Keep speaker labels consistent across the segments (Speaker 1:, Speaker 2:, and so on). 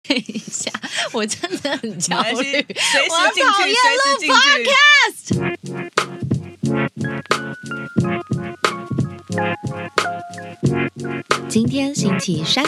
Speaker 1: 等一下，我真的很焦虑，
Speaker 2: 随时进
Speaker 1: 我
Speaker 2: 去，
Speaker 1: 讨厌录 podcast。今天星期三。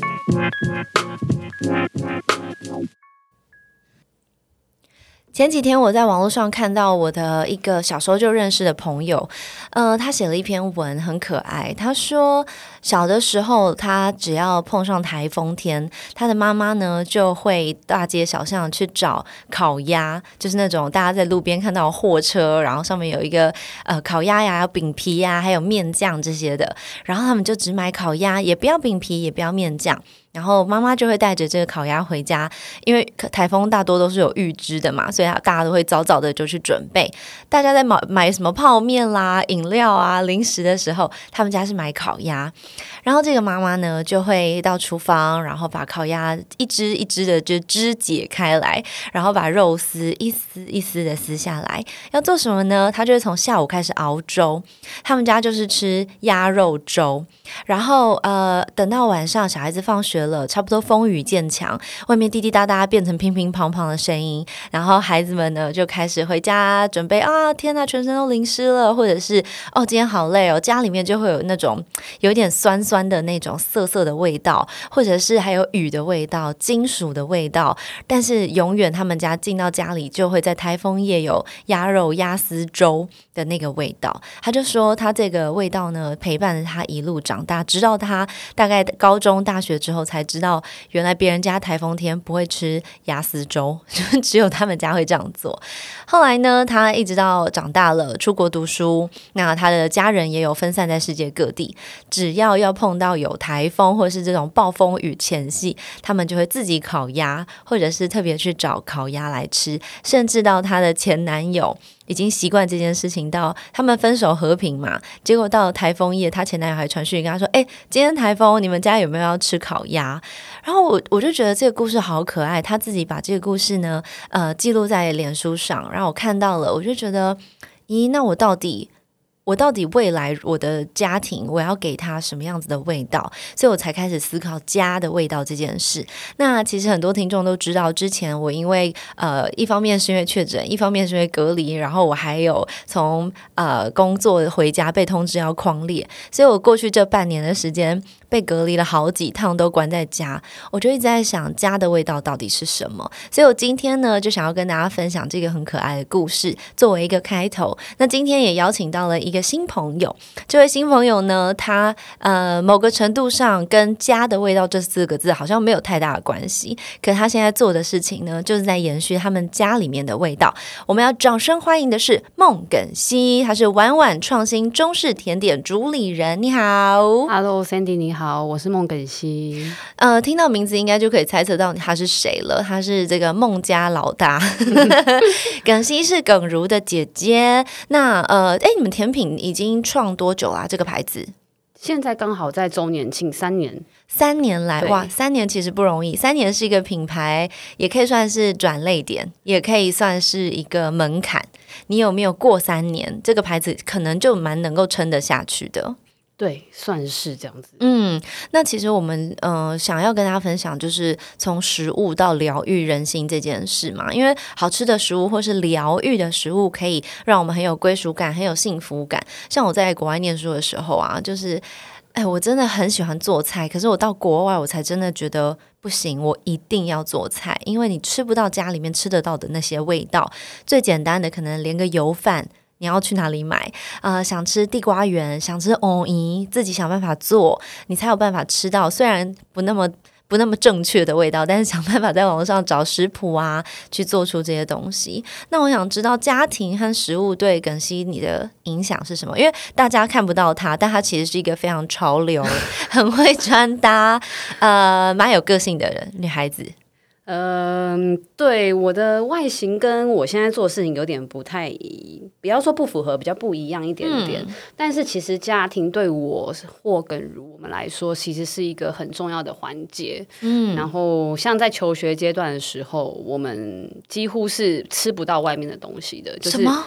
Speaker 1: 前几天我在网络上看到我的一个小时候就认识的朋友，他写了一篇文很可爱。他说小的时候他只要碰上台风天，他的妈妈呢就会大街小巷去找烤鸭，就是那种大家在路边看到货车，然后上面有一个烤鸭呀、饼皮呀，还有面酱这些的，然后他们就只买烤鸭，也不要饼皮，也不要面酱。然后妈妈就会带着这个烤鸭回家，因为台风大多都是有预知的嘛，所以大家都会早早的就去准备。大家在买什么泡面啦、饮料啊、零食的时候，他们家是买烤鸭。然后这个妈妈呢，就会到厨房，然后把烤鸭一只一只的就肢解开来，然后把肉丝一丝一丝的撕下来。要做什么呢？她就会从下午开始熬粥。他们家就是吃鸭肉粥，然后等到晚上小孩子放学了，差不多风雨渐强，外面滴滴答答变成乒乒乓乓的声音，然后孩子们呢就开始回家准备啊，天哪，全身都淋湿了，或者是今天好累哦，家里面就会有那种有点酸酸的那种涩涩的味道，或者是还有雨的味道、金属的味道，但是永远他们家进到家里就会在台风夜有鸭肉鸭丝粥的那个味道。他就说他这个味道呢陪伴着他一路长大，直到他大概高中大学之后才知道，原来别人家台风天不会吃鸭丝粥，只有他们家会这样做。后来呢，他一直到长大了出国读书，那他的家人也有分散在世界各地，只要碰到有台风或是这种暴风雨前夕，他们就会自己烤鸭，或者是特别去找烤鸭来吃，甚至到他的前男友已经习惯这件事情，到他们分手和平嘛，结果到了台风夜，他前男友还传讯跟他说今天台风你们家有没有要吃烤鸭？然后我就觉得这个故事好可爱，他自己把这个故事呢记录在脸书上，然后我看到了，我就觉得那我到底未来我的家庭我要给他什么样子的味道，所以我才开始思考家的味道这件事。那其实很多听众都知道，之前我因为一方面是因为确诊，一方面是因为隔离，然后我还有从工作回家被通知要匡列，所以我过去这半年的时间被隔离了好几趟，都关在家，我就一直在想家的味道到底是什么。所以我今天呢就想要跟大家分享这个很可爱的故事作为一个开头。那今天也邀请到了一个新朋友，这位新朋友呢，他某个程度上跟家的味道这4个字好像没有太大的关系，可他现在做的事情呢，就是在延续他们家里面的味道。我们要掌声欢迎的是孟耿希，他是婉婉创新中式甜点主理人。你好。
Speaker 2: Hello Sandy 你好，我是孟耿希。
Speaker 1: 听到名字应该就可以猜测到他是谁了，他是这个孟家老大耿希是耿如的姐姐。那你们甜品已经创多久啦？这个牌子
Speaker 2: 现在刚好在周年庆3年。
Speaker 1: 3年来，哇，3年其实不容易。3年是一个品牌，也可以算是转捩点，也可以算是一个门槛。你有没有过3年，这个牌子可能就蛮能够撑得下去的？
Speaker 2: 对，算是这样子。
Speaker 1: 那其实我们想要跟大家分享，就是从食物到疗愈人心这件事嘛。因为好吃的食物或是疗愈的食物，可以让我们很有归属感，很有幸福感。像我在国外念书的时候啊，就是我真的很喜欢做菜，可是我到国外我才真的觉得不行，我一定要做菜，因为你吃不到家里面吃得到的那些味道。最简单的可能连个油饭你要去哪里买？想吃地瓜圆，想吃藕泥，自己想办法做，你才有办法吃到。虽然不那么正确的味道，但是想办法在网络上找食谱啊，去做出这些东西。那我想知道家庭和食物对耿希你的影响是什么？因为大家看不到她，但她其实是一个非常潮流、很会穿搭、蛮有个性的人，女孩子。
Speaker 2: 对，我的外形跟我现在做的事情有点不太，不要说不符合，比较不一样一点点。但是其实家庭对我或耿如我们来说，其实是一个很重要的环节。然后像在求学阶段的时候，我们几乎是吃不到外面的东西的，就是
Speaker 1: 什么？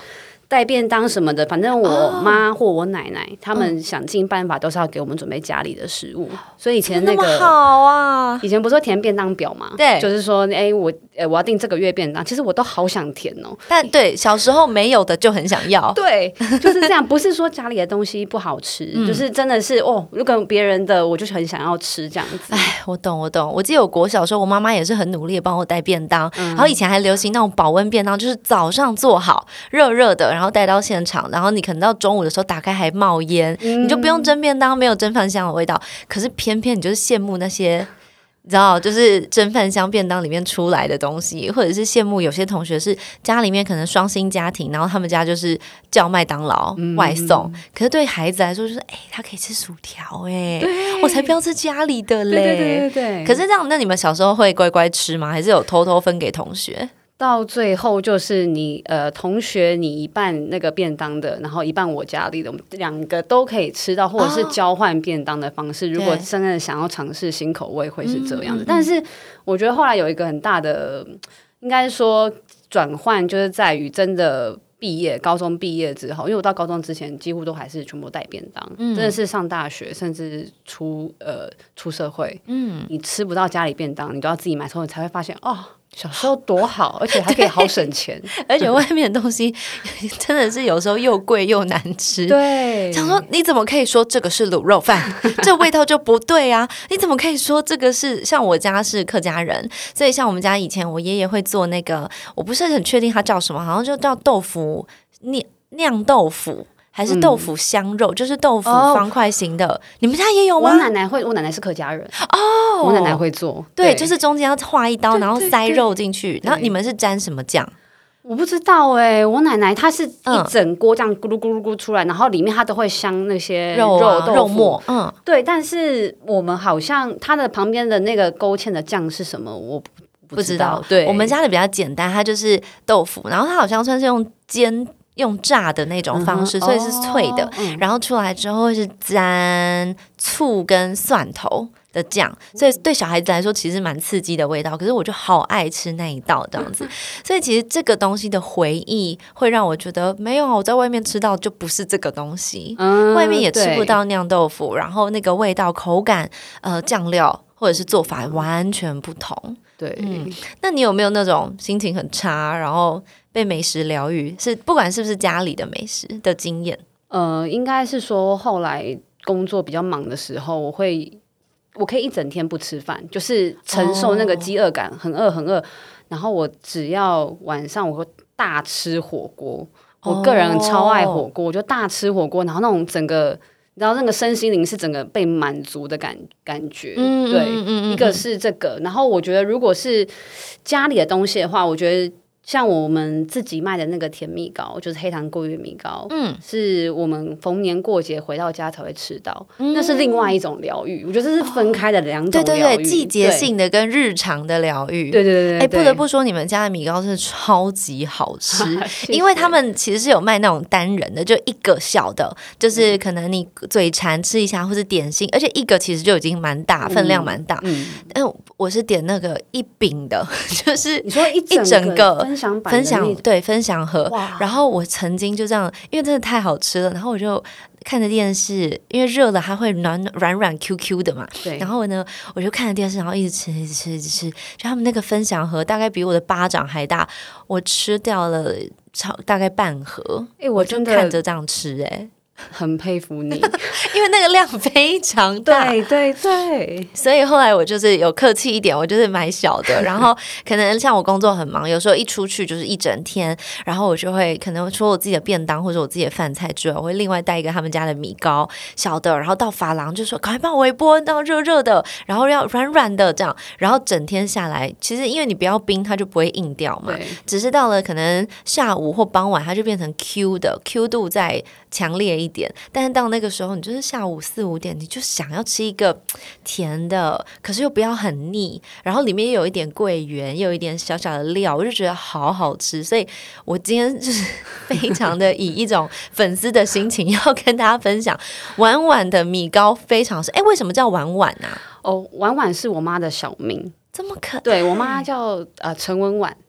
Speaker 2: 带便当什么的，反正我妈或我奶奶他们想尽办法都是要给我们准备家里的食物，所以以前那个
Speaker 1: 好啊，
Speaker 2: 以前不是说填便当表嘛，
Speaker 1: 对，
Speaker 2: 就是说我要订这个月便当，其实我都好想填哦，
Speaker 1: 但对小时候没有的就很想要，
Speaker 2: 对，就是这样，不是说家里的东西不好吃，就是真的是如果别人的我就是很想要吃这样子。
Speaker 1: 哎，我懂，我记得我国小的时候，我妈妈也是很努力的帮我带便当，然后以前还流行那种保温便当，就是早上做好热热的，然后带到现场，然后你可能到中午的时候打开还冒烟，你就不用蒸便当，没有蒸饭香的味道。可是偏偏你就是羡慕那些。你知道，就是蒸饭箱便当里面出来的东西，或者是羡慕有些同学是家里面可能双薪家庭，然后他们家就是叫麦当劳外送，可是对孩子来说就是他可以吃薯条我才不要吃家里的嘞。
Speaker 2: 对。
Speaker 1: 可是这样，那你们小时候会乖乖吃吗？还是有偷偷分给同学？
Speaker 2: 到最后就是你同学你一半那个便当的，然后一半我家里的，我们两个都可以吃到，或者是交换便当的方式。如果真的想要尝试新口味，会是这样的。但是我觉得后来有一个很大的，应该说转换，就是在于真的高中毕业之后，因为我到高中之前几乎都还是全部带便当，真的是上大学甚至出社会，你吃不到家里便当，你都要自己买，之后你才会发现小时候多好，而且还可以好省钱，
Speaker 1: 而且外面的东西真的是有时候又贵又难吃。
Speaker 2: 对，
Speaker 1: 想说你怎么可以说这个是卤肉饭，这味道就不对啊？你怎么可以说这个是？像我家是客家人，所以像我们家以前我爷爷会做那个，我不是很确定它叫什么，好像就叫豆腐酿豆腐。还是豆腐香肉，就是豆腐方块型的。你们家也有吗？
Speaker 2: 我奶奶是客家人我奶奶会做。
Speaker 1: 对，就是中间要划一刀，然后塞肉进去。然后你们是沾什么酱？
Speaker 2: 我不知道我奶奶她是一整锅这样咕噜咕噜咕出来，然后里面她都会香那些肉
Speaker 1: 末。
Speaker 2: 对。但是我们好像它的旁边的那个勾芡的酱是什么，我不知道。对，
Speaker 1: 我们家的比较简单，它就是豆腐，然后它好像算是用炸的那种方式，所以是脆的。然后出来之后会是沾醋跟蒜头的酱，所以对小孩子来说其实蛮刺激的味道。可是我就好爱吃那一道这样子，所以其实这个东西的回忆会让我觉得没有，我在外面吃到就不是这个东西，外面也吃不到酿豆腐，然后那个味道、口感、酱料或者是做法完全不同。
Speaker 2: 对，
Speaker 1: 那你有没有那种心情很差，然后被美食疗愈，是不管是不是家里的美食的经验？
Speaker 2: 应该是说后来工作比较忙的时候，我可以一整天不吃饭，就是承受那个饥饿感，很饿，然后我只要晚上我会大吃火锅，我个人超爱火锅，我就大吃火锅，然后那种整个。然后那个身心灵是整个被满足的感觉，对，一个是这个，然后我觉得如果是家里的东西的话，我觉得像我们自己卖的那个甜蜜糕，就是黑糖过月蜜糕，是我们逢年过节回到家才会吃到，那是另外一种疗愈。我觉得这是分开的两种疗愈，
Speaker 1: 对，季节性的跟日常的疗愈，
Speaker 2: 对。
Speaker 1: 不得不说，你们家的米糕是超级好吃，因为他们其实是有卖那种单人的，就一个小的，就是可能你嘴馋吃一下，或是点心，而且一个其实就已经蛮大，分量蛮大。但我是点那个一饼的，就是
Speaker 2: 你说一整个
Speaker 1: 分享盒，然后我曾经就这样，因为真的太好吃了，然后我就看着电视，因为热了它会软 QQ 的嘛，
Speaker 2: 对。
Speaker 1: 然后呢，我就看着电视，然后一直吃，就他们那个分享盒大概比我的巴掌还大，我吃掉了大概半盒，
Speaker 2: 我
Speaker 1: 就看着这样吃，
Speaker 2: 很佩服你，
Speaker 1: 因为那个量非常大，
Speaker 2: 对，
Speaker 1: 所以后来我就是有客气一点，我就是买小的，然后可能像我工作很忙，有时候一出去就是一整天，然后我就会可能除了我自己的便当或者我自己的饭菜之外，我会另外带一个他们家的米糕小的，然后到发廊就说赶快帮我微波到热热的，然后要软软的这样，然后整天下来，其实因为你不要冰它就不会硬掉嘛，只是到了可能下午或傍晚它就变成 Q 的 Q 度再强烈一点，但是到那个时候你就是下午4、5点，你就想要吃一个甜的，可是又不要很腻，然后里面又有一点桂圆，又有一点小小的料，我就觉得好好吃，所以我今天就是非常的以一种粉丝的心情要跟大家分享婉婉的米糕，非常是为什么叫婉婉啊？
Speaker 2: 婉婉是我妈的小名，
Speaker 1: 这么可爱，
Speaker 2: 对我妈叫陈文婉。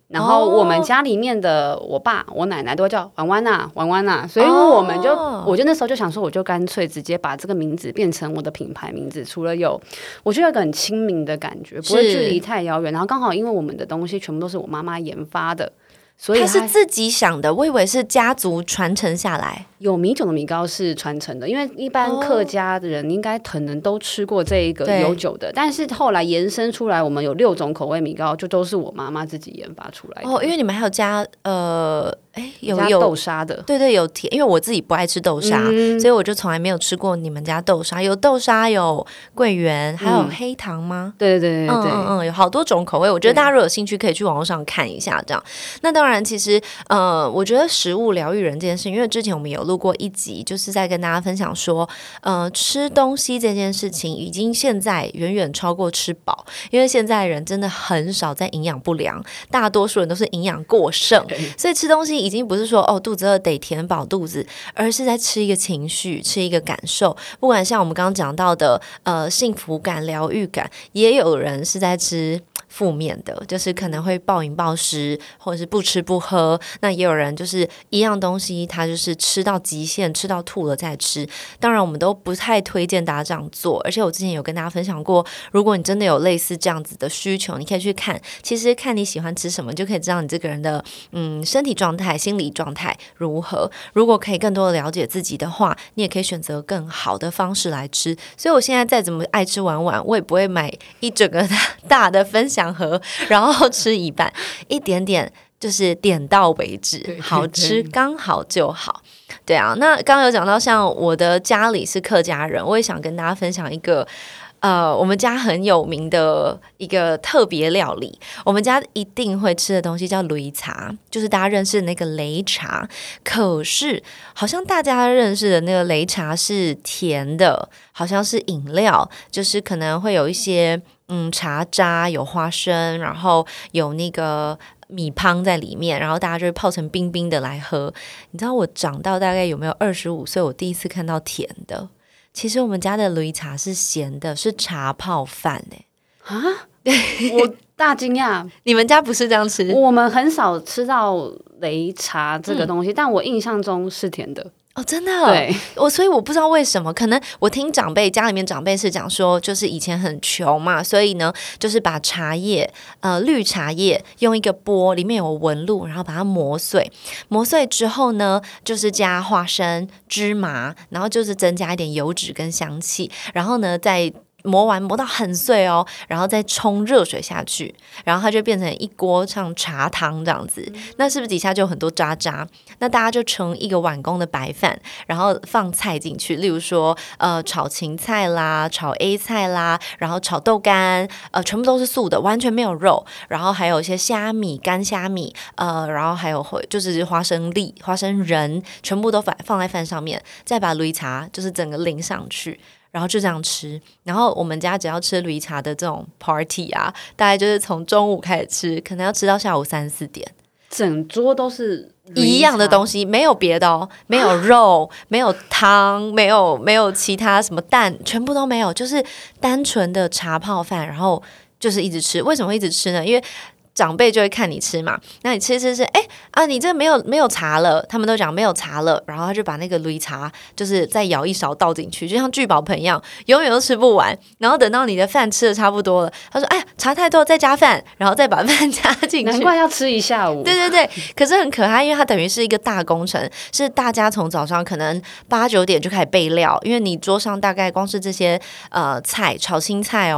Speaker 2: 然后我们家里面的我爸我奶奶都会叫婉婉啊婉婉啊，所以我就那时候就想说，我就干脆直接把这个名字变成我的品牌名字，除了我觉得有个很亲民的感觉，不会距离太遥远，然后刚好因为我们的东西全部都是我妈妈研发的，所以
Speaker 1: 他是自己想的，我以为是家族传承下来。
Speaker 2: 有米酒的米糕是传承的，因为一般客家的人应该可能都吃过这一个有酒的，但是后来延伸出来，我们有6种口味米糕，就都是我妈妈自己研发出来的。
Speaker 1: 因为你们还有加有
Speaker 2: 豆沙的，
Speaker 1: 对，有甜，因为我自己不爱吃豆沙，所以我就从来没有吃过你们家豆沙。有豆沙，有桂圆，还有黑糖吗？
Speaker 2: 对，
Speaker 1: 有好多种口味。我觉得大家如果有兴趣，可以去网络上看一下。这样，那当然，其实我觉得食物疗愈人这件事，因为之前我们有录过一集，就是在跟大家分享说，吃东西这件事情已经现在远远超过吃饱，因为现在人真的很少在营养不良，大多数人都是营养过剩，所以吃东西已经不是说肚子饿得填饱肚子，而是在吃一个情绪，吃一个感受。不管像我们刚刚讲到的幸福感、疗愈感，也有人是在吃负面的，就是可能会暴饮暴食，或者是不吃不喝。那也有人就是一样东西，他就是吃到极限，吃到吐了再吃。当然我们都不太推荐大家这样做，而且我之前有跟大家分享过，如果你真的有类似这样子的需求，你可以去看，其实看你喜欢吃什么，就可以知道你这个人的身体状态、心理状态如何。如果可以更多的了解自己的话，你也可以选择更好的方式来吃。所以我现在再怎么爱吃碗碗，我也不会买一整个大的分享盒，然后吃一半，一点点，就是点到为止，好吃刚好就好。对啊，那刚刚有讲到像我的家里是客家人，我也想跟大家分享一个我们家很有名的一个特别料理，我们家一定会吃的东西叫擂茶，就是大家认识的那个擂茶。可是好像大家认识的那个擂茶是甜的，好像是饮料，就是可能会有一些茶渣，有花生，然后有那个米汤在里面，然后大家就会泡成冰冰的来喝。你知道我长到大概有没有25岁，我第一次看到甜的。其实我们家的擂茶是咸的，是茶泡饭
Speaker 2: 啊！我大惊讶，
Speaker 1: 你们家不是这样吃？
Speaker 2: 我们很少吃到擂茶这个东西，但我印象中是甜的。
Speaker 1: 真的？
Speaker 2: 对，
Speaker 1: 所以我不知道为什么，可能我听家里面长辈是讲说，就是以前很穷嘛，所以呢，就是把茶叶，绿茶叶用一个钵，里面有纹路，然后把它磨碎，磨碎之后呢，就是加花生、芝麻，然后就是增加一点油脂跟香气，然后呢，再磨到很碎然后再冲热水下去，然后它就变成一锅像茶汤这样子。那是不是底下就有很多渣渣？那大家就盛一个碗公的白饭，然后放菜进去，例如说炒芹菜啦，炒 A 菜啦，然后炒豆干，全部都是素的，完全没有肉，然后还有一些虾米、干虾米，然后还有就是花生粒、花生仁，全部都放在饭上面，再把擂茶就是整个淋上去。然后就这样吃，然后我们家只要吃擂茶的这种 party 啊，大概就是从中午开始吃，可能要吃到下午3、4点，
Speaker 2: 整桌都是
Speaker 1: 一样的东西，没有别的没有肉，没有汤，没有其他什么蛋，全部都没有，就是单纯的茶泡饭，然后就是一直吃。为什么会一直吃呢？因为长辈就会看你吃嘛，那你吃你这没有茶了，他们都讲没有茶了，然后他就把那个擂茶就是再舀一勺倒进去，就像聚宝盆一样，永远都吃不完。然后等到你的饭吃的差不多了，他说茶太多，再加饭，然后再把饭加进去。
Speaker 2: 难怪要吃一下午。
Speaker 1: 对，可是很可爱，因为它等于是一个大工程，是大家从早上可能8、9点就开始备料，因为你桌上大概光是这些菜，炒青菜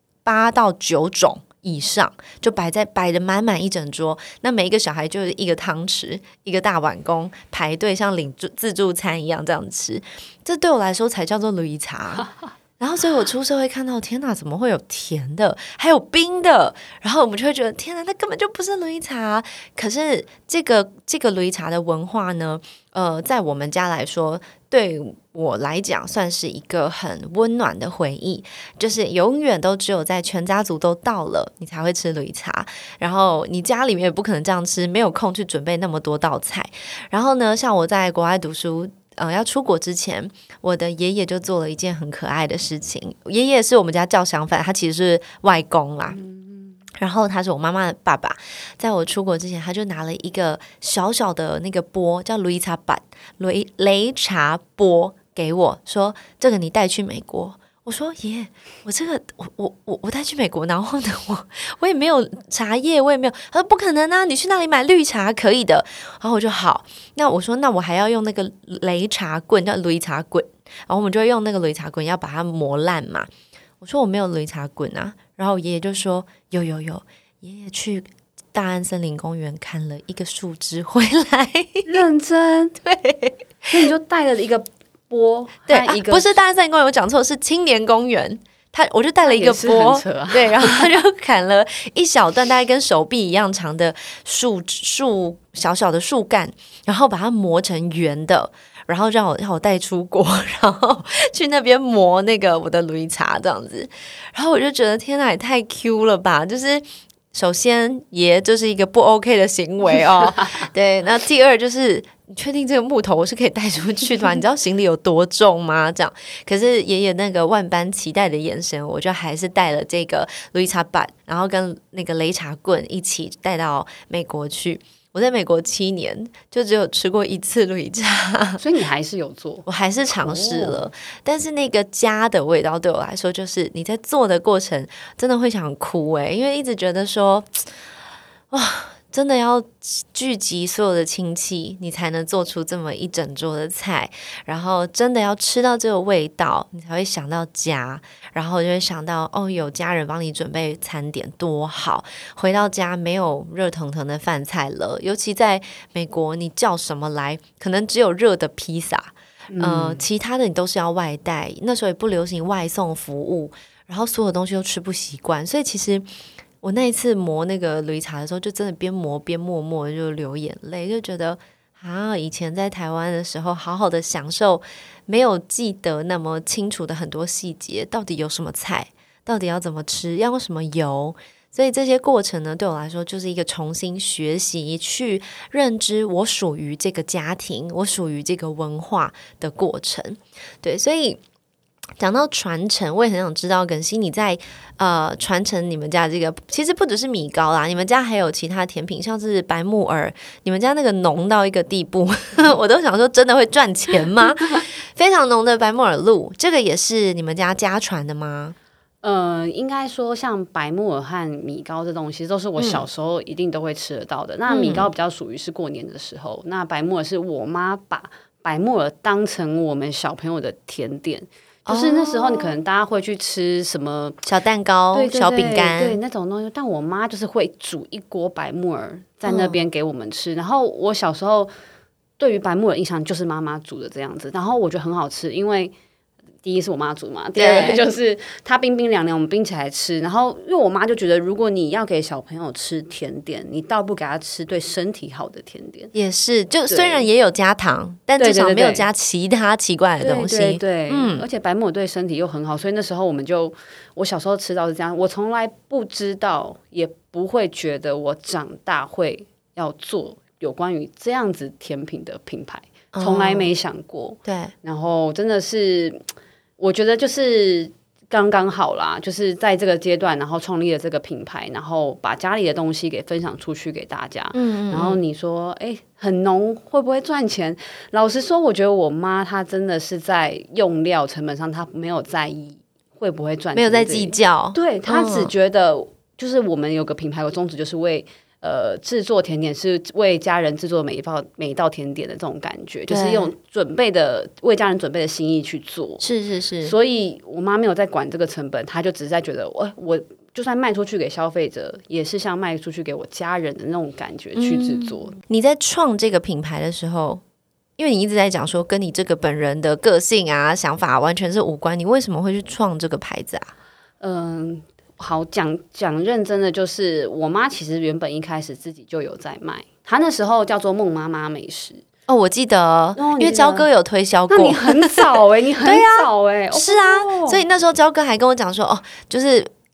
Speaker 1: 8到9种以上就摆的满满一整桌，那每一个小孩就是一个汤匙，一个大碗公，排队像领自助餐一样这样吃。这对我来说才叫做擂茶。然后所以我出社会看到，天哪，怎么会有甜的还有冰的，然后我们就会觉得天哪，那根本就不是擂茶。可是这个擂茶的文化呢，在我们家来说，对我来讲算是一个很温暖的回忆，就是永远都只有在全家族都到了你才会吃擂茶，然后你家里面也不可能这样吃，没有空去准备那么多道菜。然后呢，像我在国外读书要出国之前，我的爷爷就做了一件很可爱的事情。爷爷是我们家叫相反，他其实是外公啦。 然后他是我妈妈的爸爸，在我出国之前，他就拿了一个小小的那个钵，叫擂茶板擂茶钵给我，说这个你带去美国。我说爷，我这个我带去美国，然后呢，我也没有茶叶，我也没有。他说不可能啊，你去那里买绿茶可以的。然后我就好，那我说那我还要用那个擂茶棍，叫擂茶棍，然后我们就会用那个擂茶棍要把它磨烂嘛。我说我没有擂茶棍啊，然后我爷爷就说有，爷爷去大安森林公园砍了一个树枝回来，
Speaker 2: 认真
Speaker 1: 对，
Speaker 2: 所以你就带了一个钵，
Speaker 1: 对，
Speaker 2: 一个
Speaker 1: 不是大安森林公园，我讲错，是青年公园。我就带了一个钵，
Speaker 2: 啊、
Speaker 1: 对，然后他就砍了一小段大概跟手臂一样长的树小小的树干，然后把它磨成圆的，然后让我带出国，然后去那边磨那个我的擂茶这样子。然后我就觉得天哪，也太 Q 了吧！就是首先爷就是一个不 OK 的行为哦，对，那第二就是你确定这个木头我是可以带出去的吗？你知道行李有多重吗？这样，可是爷爷那个万般期待的眼神，我就还是带了这个擂茶板，然后跟那个擂茶棍一起带到美国去。我在美国7年，就只有吃过1次擂茶，
Speaker 2: 所以你还是有做，
Speaker 1: 我还是尝试了，但是那个家的味道对我来说，就是你在做的过程真的会想哭因为一直觉得说，哇，真的要聚集所有的亲戚，你才能做出这么一整桌的菜，然后真的要吃到这个味道，你才会想到家，然后就会想到有家人帮你准备餐点多好，回到家没有热腾腾的饭菜了，尤其在美国你叫什么来，可能只有热的披萨，其他的你都是要外带，那时候也不流行外送服务，然后所有东西都吃不习惯，所以其实我那一次磨那个擂茶的时候，就真的边磨边默默就流眼泪，就觉得以前在台湾的时候好好的享受，没有记得那么清楚的很多细节，到底有什么菜，到底要怎么吃，要用什么油，所以这些过程呢，对我来说就是一个重新学习去认知我属于这个家庭，我属于这个文化的过程。对，所以讲到传承，我也很想知道耿熙你在传承你们家这个，其实不只是米糕啦，你们家还有其他甜品，像是白木耳，你们家那个浓到一个地步我都想说真的会赚钱吗？非常浓的白木耳露，这个也是你们家家传的吗？
Speaker 2: 应该说像白木耳和米糕这东西都是我小时候一定都会吃得到的，那米糕比较属于是过年的时候，那白木耳是我妈把白木耳当成我们小朋友的甜点，就是那时候你可能大家会去吃什么
Speaker 1: 小蛋糕、
Speaker 2: 对对对
Speaker 1: 小饼干，
Speaker 2: 对那种东西，但我妈就是会煮一锅白木耳在那边给我们吃，然后我小时候对于白木耳印象就是妈妈煮的这样子，然后我觉得很好吃，因为第一是我妈煮嘛，第二就是它冰冰凉凉，我们冰起来吃。然后因为我妈就觉得，如果你要给小朋友吃甜点，你倒不给他吃对身体好的甜点。
Speaker 1: 也是，就虽然也有加糖，但至少没有加其他奇怪的东西。
Speaker 2: 对，而且白木耳对身体又很好，所以那时候我小时候吃到是这样，我从来不知道，也不会觉得我长大会要做有关于这样子甜品的品牌，从来没想过。
Speaker 1: 对，
Speaker 2: 然后真的是。我觉得就是刚刚好啦，就是在这个阶段，然后创立了这个品牌，然后把家里的东西给分享出去给大家。然后你说，很浓，会不会赚钱？老实说，我觉得我妈她真的是在用料成本上，她没有在意会不会赚钱，
Speaker 1: 没有在计较。
Speaker 2: 对，她只觉得就是我们有个品牌有宗旨，就是为制作甜点是为家人制作每一道甜点的这种感觉，就是用为家人准备的心意去做。
Speaker 1: 是，
Speaker 2: 所以我妈没有在管这个成本，她就只是在觉得我就算卖出去给消费者，也是像卖出去给我家人的那种感觉去制作。
Speaker 1: 你在创这个品牌的时候，因为你一直在讲说跟你这个本人的个性啊、想法完全是无关，你为什么会去创这个牌子啊？
Speaker 2: 好，讲认真的，就是我妈其实原本一开始自己就有在卖，她那时候叫做梦妈妈美食。
Speaker 1: 我记得，因为焦哥有推销过。
Speaker 2: 那你很早你很早
Speaker 1: 是啊，所以那时候焦哥还跟我讲说，就是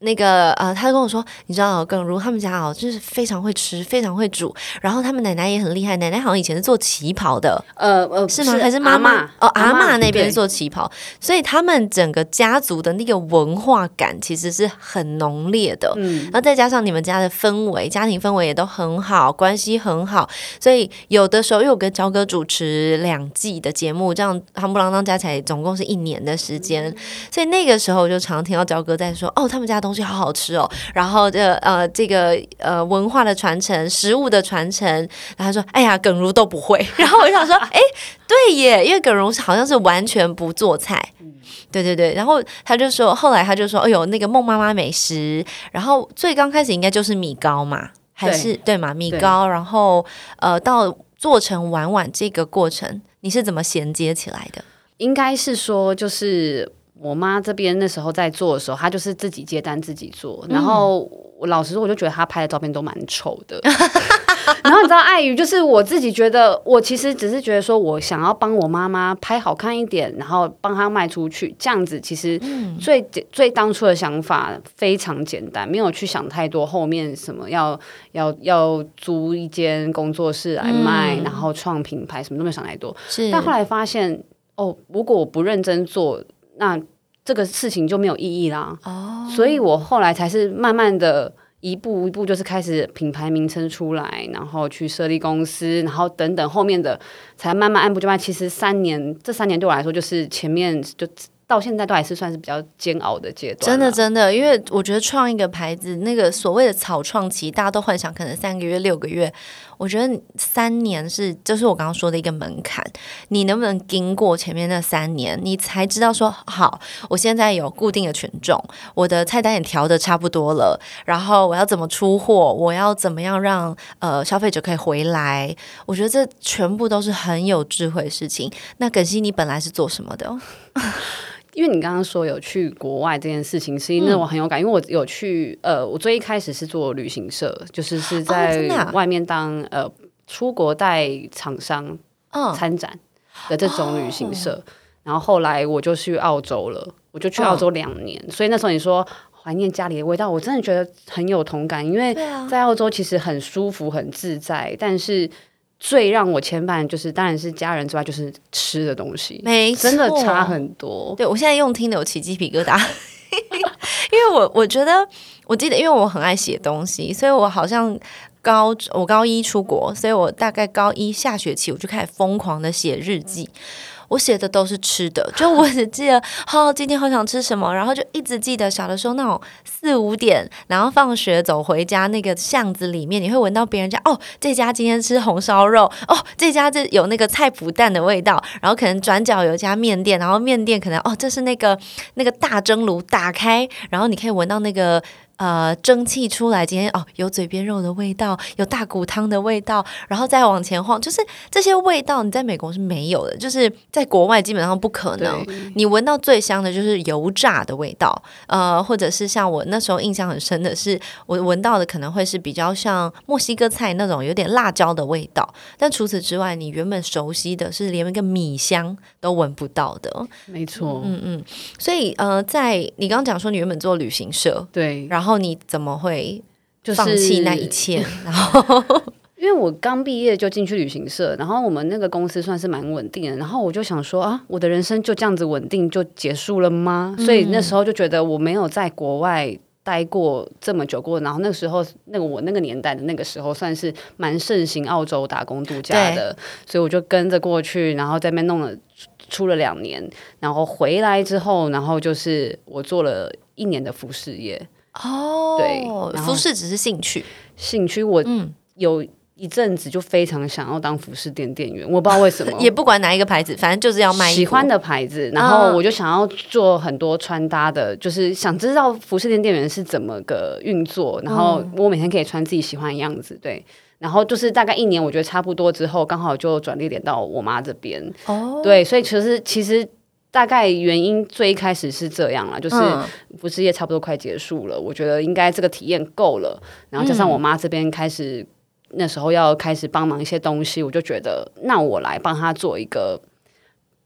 Speaker 1: 那个他跟我说，你知道耿如他们家就是非常会吃，非常会煮，然后他们奶奶也很厉害，奶奶好像以前是做旗袍的，是吗？还是妈妈？阿嬷那边是做旗袍，所以他们整个家族的那个文化感其实是很浓烈的。然后再加上你们家的氛围，家庭氛围也都很好，关系很好，所以有的时候因为我跟焦哥主持2季的节目，这样夯不啷当加起来总共是1年的时间，所以那个时候我就常听到焦哥在说，他们家东西好好吃哦，然后这个文化的传承，食物的传承，然后他说哎呀耿如都不会，然后我就想说对耶，因为耿如好像是完全不做菜，对，然后他就说后来他就说哎呦那个孟妈妈美食，然后最刚开始应该就是米糕嘛，还是对嘛米糕，然后到做成碗碗这个过程你是怎么衔接起来的？
Speaker 2: 应该是说就是我妈这边那时候在做的时候，她就是自己接单自己做，然后我老实说，我就觉得她拍的照片都蛮丑的。然后你知道，碍于就是我自己觉得，我其实只是觉得说我想要帮我妈妈拍好看一点，然后帮她卖出去，这样子其实最当初的想法非常简单，没有去想太多后面什么要租一间工作室来卖，然后创品牌，什么都没有想太多。但后来发现，如果我不认真做，那这个事情就没有意义啦。所以我后来才是慢慢的一步一步就是开始品牌名称出来，然后去设立公司，然后等等后面的才慢慢按部就班。其实这3年对我来说，就是前面就到现在都还是算是比较煎熬的阶段。
Speaker 1: 真的，因为我觉得创一个牌子，那个所谓的草创期，大家都幻想可能3个月、6个月，我觉得3年就是我刚刚说的一个门槛。你能不能经过前面那3年，你才知道说好，我现在有固定的权重，我的菜单也调的差不多了，然后我要怎么出货，我要怎么样让消费者可以回来。我觉得这全部都是很有智慧的事情。那耿希你本来是做什么的？
Speaker 2: 因为你刚刚说有去国外这件事情，是因为我很有感，因为我有去我最一开始是做旅行社，就是在外面当出国带厂商参展的这种旅行社，然后后来我就去澳洲了，我就去澳洲2年，所以那时候你说怀念家里的味道，我真的觉得很有同感，因为在澳洲其实很舒服很自在，但是最让我牵绊就是当然是家人之外就是吃的东西，
Speaker 1: 没错，
Speaker 2: 真的差很多。
Speaker 1: 对，我现在用听的有起鸡皮疙瘩因为我觉得我记得因为我很爱写东西，所以我好像我高1出国，所以我大概高1下学期我就开始疯狂的写日记，我写的都是吃的，就我只记得今天好想吃什么，然后就一直记得小的时候那种4、5点，然后放学走回家那个巷子里面，你会闻到别人家这家今天吃红烧肉，这家这有那个菜脯蛋的味道，然后可能转角有一家面店，然后面店可能这是那个大蒸炉打开，然后你可以闻到那个蒸汽出来，今天有嘴边肉的味道，有大骨汤的味道，然后再往前晃，就是这些味道你在美国是没有的，就是在国外基本上不可能。你闻到最香的就是油炸的味道，或者是像我那时候印象很深的是，我闻到的可能会是比较像墨西哥菜那种有点辣椒的味道，但除此之外，你原本熟悉的是连一个米香都闻不到的。
Speaker 2: 没错，
Speaker 1: 所以在你刚刚讲说你原本做旅行社，
Speaker 2: 对，
Speaker 1: 然后你怎么会放弃那一切？然后
Speaker 2: 因为我刚毕业就进去旅行社，然后我们那个公司算是蛮稳定的，然后我就想说我的人生就这样子稳定就结束了吗？所以那时候就觉得我没有在国外待过这么久过，然后那个时候我那个年代的那个时候算是蛮盛行澳洲打工度假的，所以我就跟着过去，然后在那边弄了出了2年，然后回来之后，然后就是我做了1年的服饰业。对，
Speaker 1: 服饰只是兴趣，
Speaker 2: 我有一阵子就非常想要当服饰店店员，我不知道为什么，
Speaker 1: 也不管哪一个牌子，反正就是要卖衣服，
Speaker 2: 喜欢的牌子，然后我就想要做很多穿搭的，就是想知道服饰店店员是怎么个运作，然后我每天可以穿自己喜欢的样子，对。然后就是大概1年，我觉得差不多之后，刚好就转捩点到我妈这边。对，所以其实大概原因最一开始是这样啦，就是服饰业差不多快结束了，我觉得应该这个体验够了，然后加上我妈这边开始那时候要开始帮忙一些东西，我就觉得那我来帮她做一个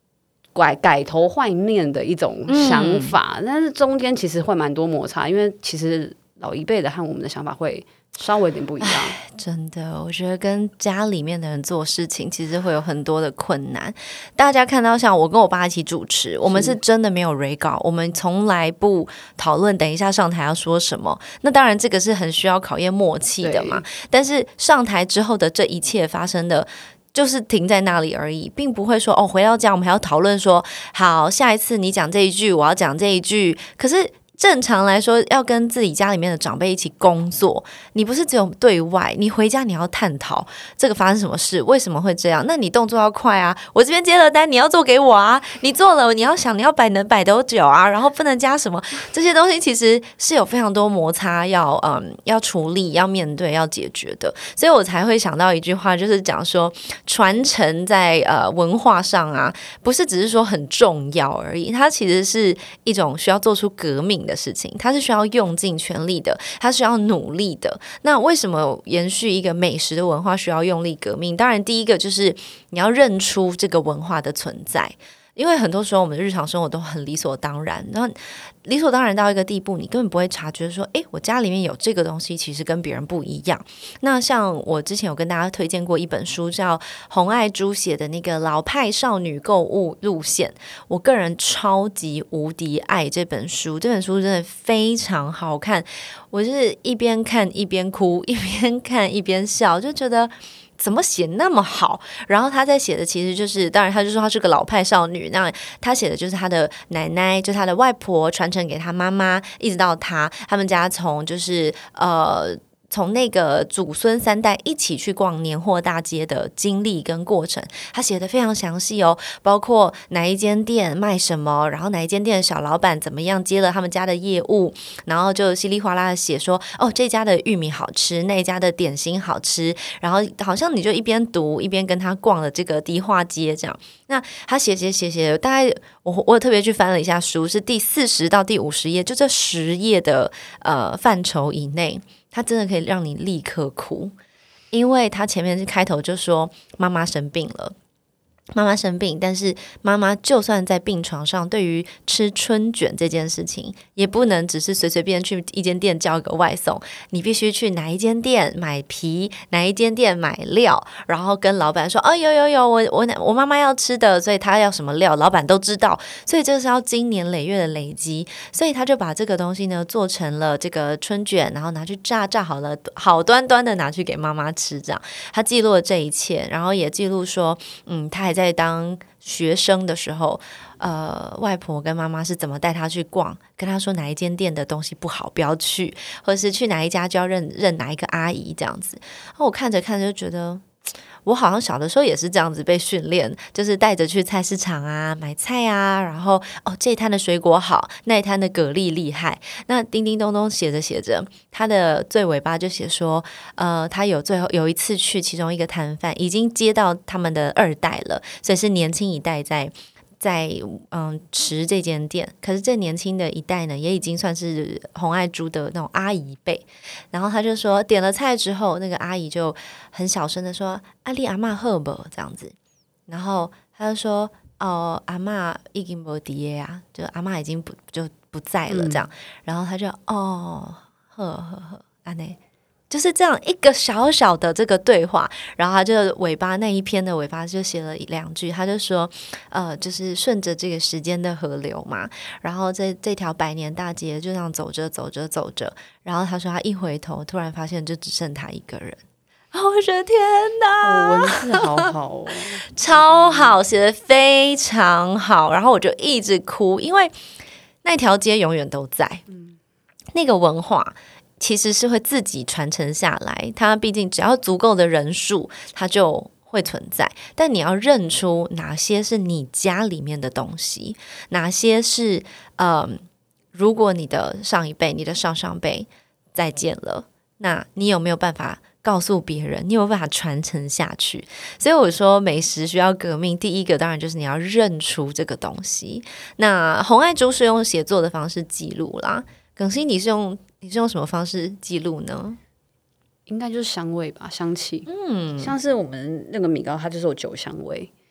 Speaker 2: 改头换面的一种想法，但是中间其实会蛮多摩擦，因为其实老一辈的和我们的想法会稍微有点不一样。
Speaker 1: 真的，我觉得跟家里面的人做事情其实会有很多的困难。大家看到像我跟我爸一起主持，我们是真的没有 re 稿，我们从来不讨论等一下上台要说什么。那当然这个是很需要考验默契的嘛，但是上台之后的这一切发生的就是停在那里而已，并不会说回到家我们还要讨论说好下一次你讲这一句我要讲这一句。可是正常来说要跟自己家里面的长辈一起工作，你不是只有对外，你回家你要探讨这个发生什么事，为什么会这样，那你动作要快啊，我这边接了单你要做给我啊，你做了你要想你要摆能摆多久啊，然后不能加什么，这些东西其实是有非常多摩擦要处理要面对要解决的。所以我才会想到一句话，就是讲说传承在文化上啊，不是只是说很重要而已，它其实是一种需要做出革命的事情，它是需要用尽全力的，它需要努力的。那为什么延续一个美食的文化需要用力革命？当然第一个就是你要认出这个文化的存在，因为很多时候我们的日常生活都很理所当然，然后理所当然到一个地步，你根本不会察觉说我家里面有这个东西其实跟别人不一样。那像我之前有跟大家推荐过一本书叫洪爱珠写的那个老派少女购物路线，我个人超级无敌爱这本书，这本书真的非常好看，我就是一边看一边哭，一边看一边笑，就觉得怎么写那么好。然后他在写的其实就是当然他就说他是个老派少女，那他写的就是他的奶奶就是他的外婆传承给他妈妈，一直到他们家从就是从那个祖孙三代一起去逛年货大街的经历跟过程，他写得非常详细哦，包括哪一间店卖什么，然后哪一间店的小老板怎么样接了他们家的业务，然后就稀里哗啦的写说这家的玉米好吃，那一家的点心好吃，然后好像你就一边读一边跟他逛了这个迪化街这样。那他写大概我有特别去翻了一下书，是第40到第50页，就这10页的范畴以内，他真的可以让你立刻哭。因为他前面是开头就说妈妈生病了，妈妈生病，但是妈妈就算在病床上，对于吃春卷这件事情也不能只是随随便去一间店叫个外送，你必须去哪一间店买皮，哪一间店买料，然后跟老板说有我妈妈要吃的，所以她要什么料老板都知道，所以这是要经年累月的累积，所以他就把这个东西呢做成了这个春卷，然后拿去炸好了，好端端的拿去给妈妈吃，这样他记录了这一切，然后也记录说他还在当学生的时候外婆跟妈妈是怎么带他去逛，跟他说哪一间店的东西不好不要去，或者是去哪一家就要认哪一个阿姨这样子。然后我看着就觉得我好像小的时候也是这样子被训练，就是带着去菜市场啊买菜啊，然后这一摊的水果好，那一摊的蛤蜊厉害，那叮叮咚咚写着他的最尾巴就写说他最后有一次去其中一个摊贩已经接到他们的2代了，所以是年轻一代在持这间店，可是这年轻的一代呢也已经算是洪爱珠的那种阿姨辈。然后他就说点了菜之后，那个阿姨就很小声的说你阿嬷好不这样子，然后他就说阿嬷已经没在啊，就阿嬷已经不在了这样，然后他就呵安内，就是这样一个小小的这个对话，然后他就尾巴那一篇的尾巴就写了2句，他就说就是顺着这个时间的河流嘛，然后这条百年大街就这样走着，然后他说他一回头突然发现就只剩他一个人。我觉得天哪，
Speaker 2: 文字好好哦
Speaker 1: 超好，写得非常好，然后我就一直哭，因为那条街永远都在，那个文化其实是会自己传承下来，它毕竟只要足够的人数它就会存在，但你要认出哪些是你家里面的东西，哪些是如果你的上一辈你的上上辈再见了，那你有没有办法告诉别人，你有没有办法传承下去。所以我说美食需要革命，第一个当然就是你要认出这个东西。那洪爱珠是用写作的方式记录啦，耿熙你是用什么方式记录呢？
Speaker 2: 应该就是香味吧，香气。像是我们那个米糕它就是有酒香味，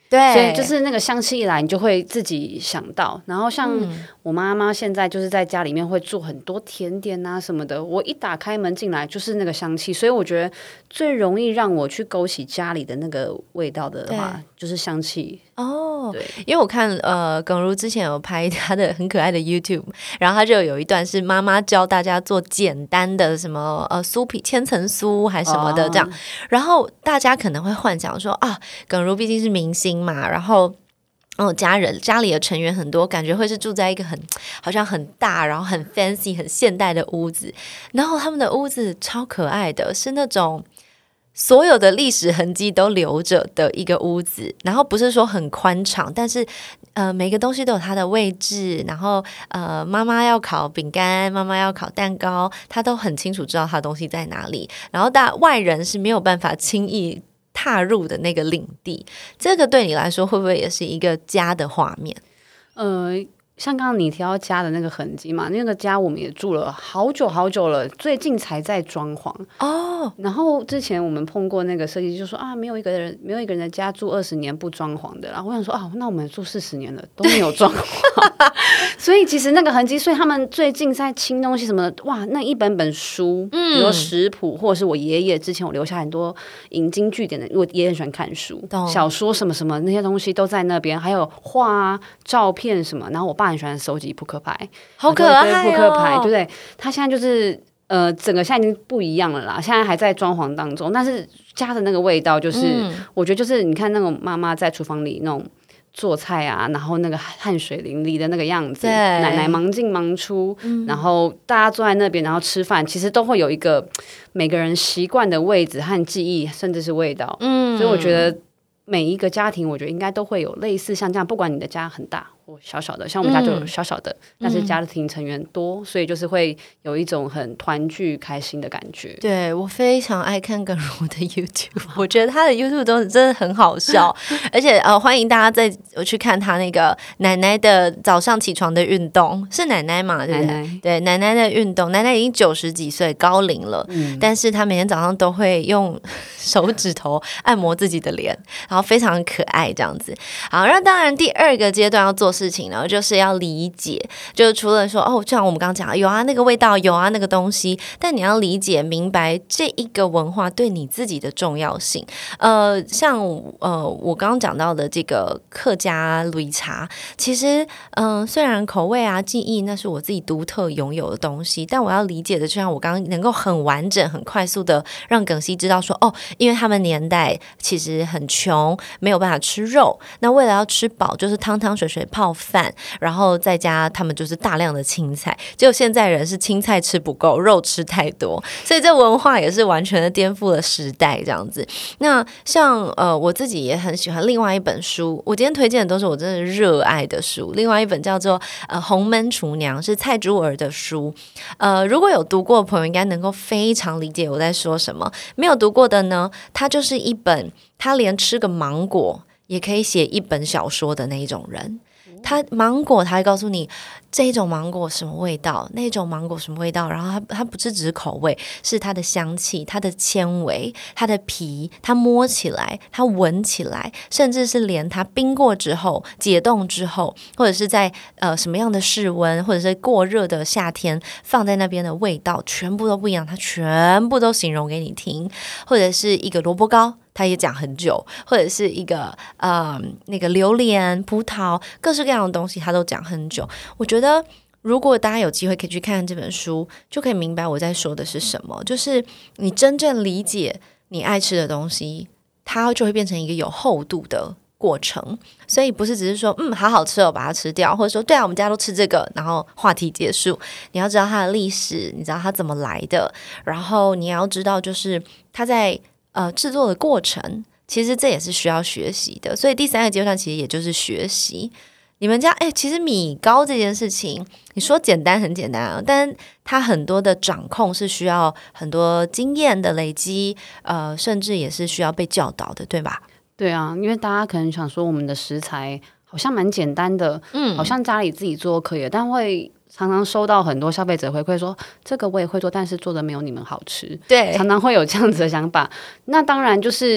Speaker 1: 对，
Speaker 2: 所以就是那个香气一来，你就会自己想到。然后像我妈妈现在就是在家里面会做很多甜点啊什么的，我一打开门进来就是那个香气，所以我觉得最容易让我去勾起家里的那个味道的话，就是香气。
Speaker 1: 哦，
Speaker 2: 对，
Speaker 1: 因为我看耿如之前有拍他的很可爱的 YouTube， 然后他就有一段是妈妈教大家做简单的什么酥皮千层酥还是什么的这样，然后大家可能会幻想说啊，耿如毕竟是明星嘛，然后家里的成员很多，感觉会是住在一个好像很大，然后很 fancy 很现代的屋子，然后他们的屋子超可爱的，是那种所有的历史痕迹都留着的一个屋子，然后不是说很宽敞，但是每个东西都有它的位置，然后妈妈要烤饼干，妈妈要烤蛋糕，她都很清楚知道她的东西在哪里，然后外人是没有办法轻易踏入的那个领地。这个对你来说会不会也是一个家的画面？
Speaker 2: 像刚刚你提到家的那个痕迹嘛，那个家我们也住了好久好久了，最近才在装潢哦。然后之前我们碰过那个设计师就说啊，没有一个人的家住20年不装潢的。然后我想说啊，那我们住40年了都没有装潢，所以其实那个痕迹，所以他们最近在清东西什么的，哇，那一本书，比如说食谱，或者是我爷爷之前我留下很多引经据典的，我爷爷很喜欢看书，小说什么什么那些东西都在那边，还有画啊、照片什么，然后我爸很喜欢收集扑克牌，
Speaker 1: 好可爱
Speaker 2: 扑克牌，对不对？他现在就是整个现在已经不一样了啦，现在还在装潢当中，但是家的那个味道，就是我觉得就是你看那种妈妈在厨房里那种做菜啊，然后那个汗水淋漓的那个样子，奶奶忙进忙出，然后大家坐在那边，然后吃饭，其实都会有一个每个人习惯的位置和记忆，甚至是味道。所以我觉得每一个家庭，我觉得应该都会有类似像这样，不管你的家很大或小小的，像我们家就有小小的，但是家庭成员多，所以就是会有一种很团聚开心的感觉。
Speaker 1: 对，我非常爱看耿如的 YouTube， 我觉得他的 YouTube 都真的很好笑，而且欢迎大家再去看他那个奶奶的早上起床的运动，是奶奶嘛？对不对？对，奶奶的运动，奶奶已经90几岁高龄了，但是她每天早上都会用手指头按摩自己的脸，然后非常可爱这样子。好，那当然第二个阶段要做事情呢，就是要理解，就除了说就像我们刚刚讲有啊那个味道，有啊那个东西，但你要理解明白这一个文化对你自己的重要性。像我刚刚讲到的这个客家擂茶，其实虽然口味啊记忆那是我自己独特拥有的东西，但我要理解的就像我刚刚能够很完整很快速的让耿熙知道说因为他们年代其实很穷，没有办法吃肉，那为了要吃饱就是汤汤水水泡饭，然后再加他们就是大量的青菜，结果现在人是青菜吃不够，肉吃太多，所以这文化也是完全的颠覆了时代这样子。那像我自己也很喜欢另外一本书，我今天推荐的都是我真的热爱的书，另外一本叫做红焖厨娘，是蔡珠儿的书。如果有读过的朋友应该能够非常理解我在说什么，没有读过的呢，它就是一本他连吃个芒果也可以写一本小说的那一种人。它芒果他会告诉你这一种芒果什么味道，那种芒果什么味道，然后它不是只是口味，是它的香气，它的纤维，它的皮，它摸起来，它闻起来，甚至是连它冰过之后解冻之后，或者是在什么样的室温，或者是过热的夏天放在那边的味道全部都不一样，它全部都形容给你听。或者是一个萝卜糕他也讲很久，或者是一个那个榴莲、葡萄，各式各样的东西他都讲很久。我觉得如果大家有机会可以去看这本书，就可以明白我在说的是什么，就是你真正理解你爱吃的东西，它就会变成一个有厚度的过程。所以不是只是说好好吃把它吃掉，或者说对啊我们家都吃这个，然后话题结束。你要知道它的历史，你知道它怎么来的，然后你要知道就是它在制作的过程，其实这也是需要学习的。所以第三个阶段其实也就是学习。你们家其实米糕这件事情你说简单很简单啊，但它很多的掌控是需要很多经验的累积，甚至也是需要被教导的，对吧？
Speaker 2: 对啊，因为大家可能想说我们的食材好像蛮简单的，好像家里自己做可以，但会常常收到很多消费者回馈说这个我也会做，但是做的没有你们好吃。对，常常会有这样子的想法。那当然就是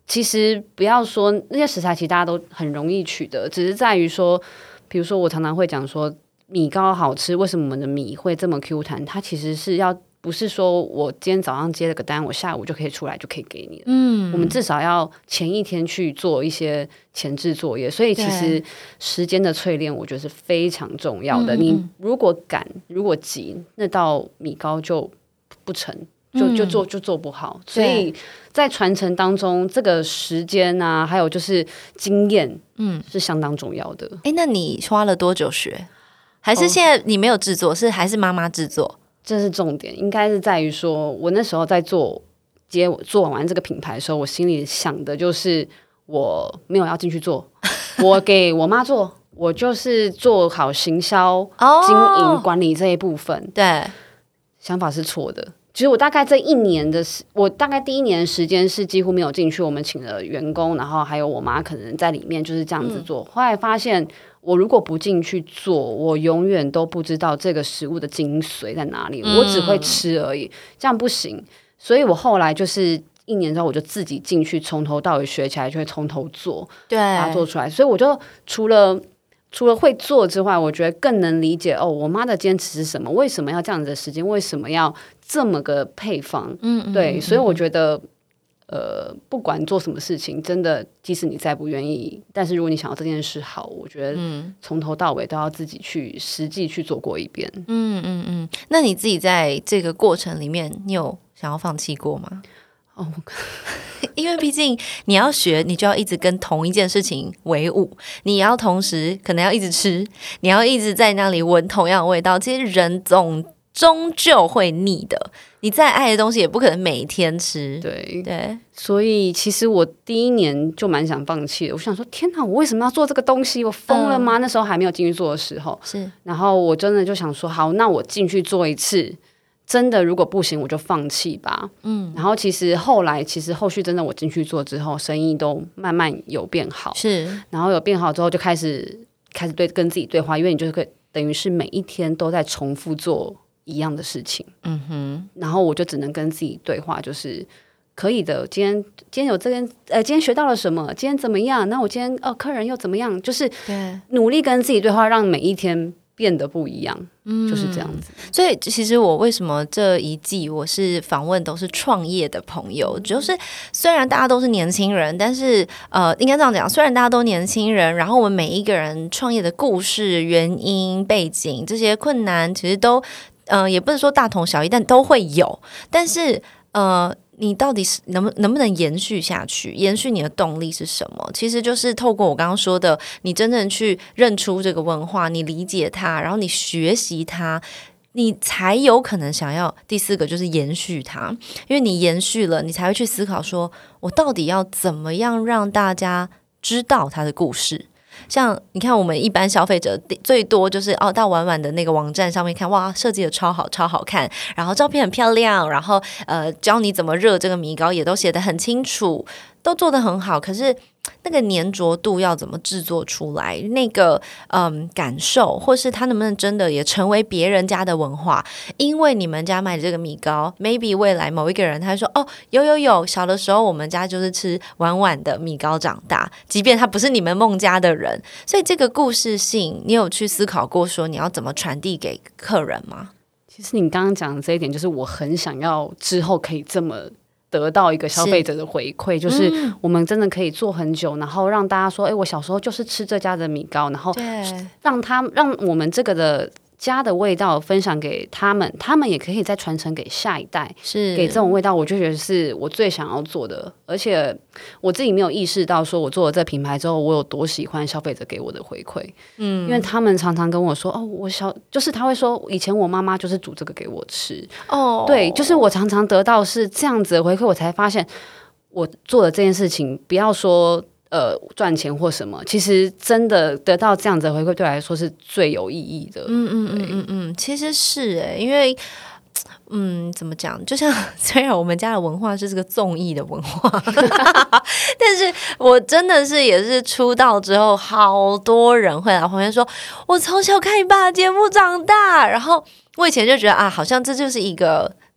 Speaker 2: 其实不要说那些食材，其实大家都很容易取得，只是在于说，比如说我常常会讲说，米糕好吃，为什么我们的米会这么 Q 弹？它其实是不是说我今天早上接了个单，我下午就可以出来就可以给你了。我们至少要前一天去做一些前置作业，所以其实时间的淬炼，我觉得是非常重要的。你如果赶，如果急，那道米糕就不成。就做不好，所以在传承当中，这个时间啊，还有就是经验，是相当重要的。
Speaker 1: 那你花了多久学？还是现在你没有制作，还是妈妈制作？
Speaker 2: 这是重点，应该是在于说，我那时候在做完这个品牌的时候，我心里想的就是我没有要进去做，我给我妈做，我就是做好行销、经营、管理这一部分。
Speaker 1: 对，
Speaker 2: 想法是错的。其实我大概第一年的时间是几乎没有进去，我们请了员工，然后还有我妈可能在里面就是这样子做。后来发现，我如果不进去做，我永远都不知道这个食物的精髓在哪里，我只会吃而已，这样不行。所以我后来就是1年之后，我就自己进去，从头到尾学起来，就会从头做，
Speaker 1: 对，
Speaker 2: 把它做出来。所以我就除了会做之外，我觉得更能理解我妈的坚持是什么，为什么要这样子的时间，为什么要这么个配方。对，所以我觉得不管做什么事情，真的即使你再不愿意，但是如果你想要这件事好，我觉得从头到尾都要自己去实际去做过一遍。
Speaker 1: 那你自己在这个过程里面，你有想要放弃过吗？因为毕竟你要学，你就要一直跟同一件事情为伍，你要同时可能要一直吃，你要一直在那里闻同样的味道，其实人终究会腻的，你再爱的东西也不可能每天吃。对，
Speaker 2: 所以其实我第1年就蛮想放弃的，我想说天哪，我为什么要做这个东西，我疯了吗？那时候还没有进去做的时候，然后我真的就想说好，那我进去做一次，真的如果不行我就放弃吧。然后其实后续真的我进去做之后，生意都慢慢有变好，然后有变好之后就开始跟自己对话，因为你就是等于是每一天都在重复做一样的事情。然后我就只能跟自己对话，就是可以的，今天有这边今天学到了什么，今天怎么样，那我今天客人又怎么样，就是努力跟自己对话，让每一天变得不一样。就是这样子。
Speaker 1: 所以其实我为什么这一季我是访问都是创业的朋友，就是虽然大家都是年轻人，但是应该这样讲，虽然大家都年轻人，然后我们每一个人创业的故事、原因、背景这些困难，其实都也不是说大同小异，但都会有。但是你到底是能不能延续下去？延续你的动力是什么？其实就是透过我刚刚说的，你真正去认出这个文化，你理解它，然后你学习它，你才有可能想要第4个就是延续它。因为你延续了，你才会去思考说，我到底要怎么样让大家知道它的故事。像你看我们一般消费者最多就是到婉婉的那个网站上面看，哇，设计的超好看，然后照片很漂亮，然后教你怎么热这个米糕也都写得很清楚，都做得很好，可是那个粘着度要怎么制作出来，那个感受，或是它能不能真的也成为别人家的文化。因为你们家卖的这个米糕 maybe 未来某一个人他说有小的时候我们家就是吃婉婉的米糕长大，即便他不是你们孟家的人。所以这个故事性你有去思考过说你要怎么传递给客人吗？
Speaker 2: 其实你刚刚讲的这一点，就是我很想要之后可以这么得到一个消费者的回馈，就是我们真的可以做很久，然后让大家说我小时候就是吃这家的米糕，然后让我们这个的家的味道分享给他们，他们也可以再传承给下一代，是给这种味道，我就觉得是我最想要做的。而且我自己没有意识到说我做了这品牌之后我有多喜欢消费者给我的回馈。因为他们常常跟我说就是他会说以前我妈妈就是煮这个给我吃。对，就是我常常得到是这样子的回馈，我才发现我做的这件事情不要说赚钱或什么，其实真的得到这样子的回馈对我来说是最有意义的。
Speaker 1: 其实是因为怎么讲，就像虽然我们家的文化是这个综艺的文化但是我真的是也是出道之后好多人会来旁边说我从小看你爸的节目长大，然后我以前就觉得好像这就是一个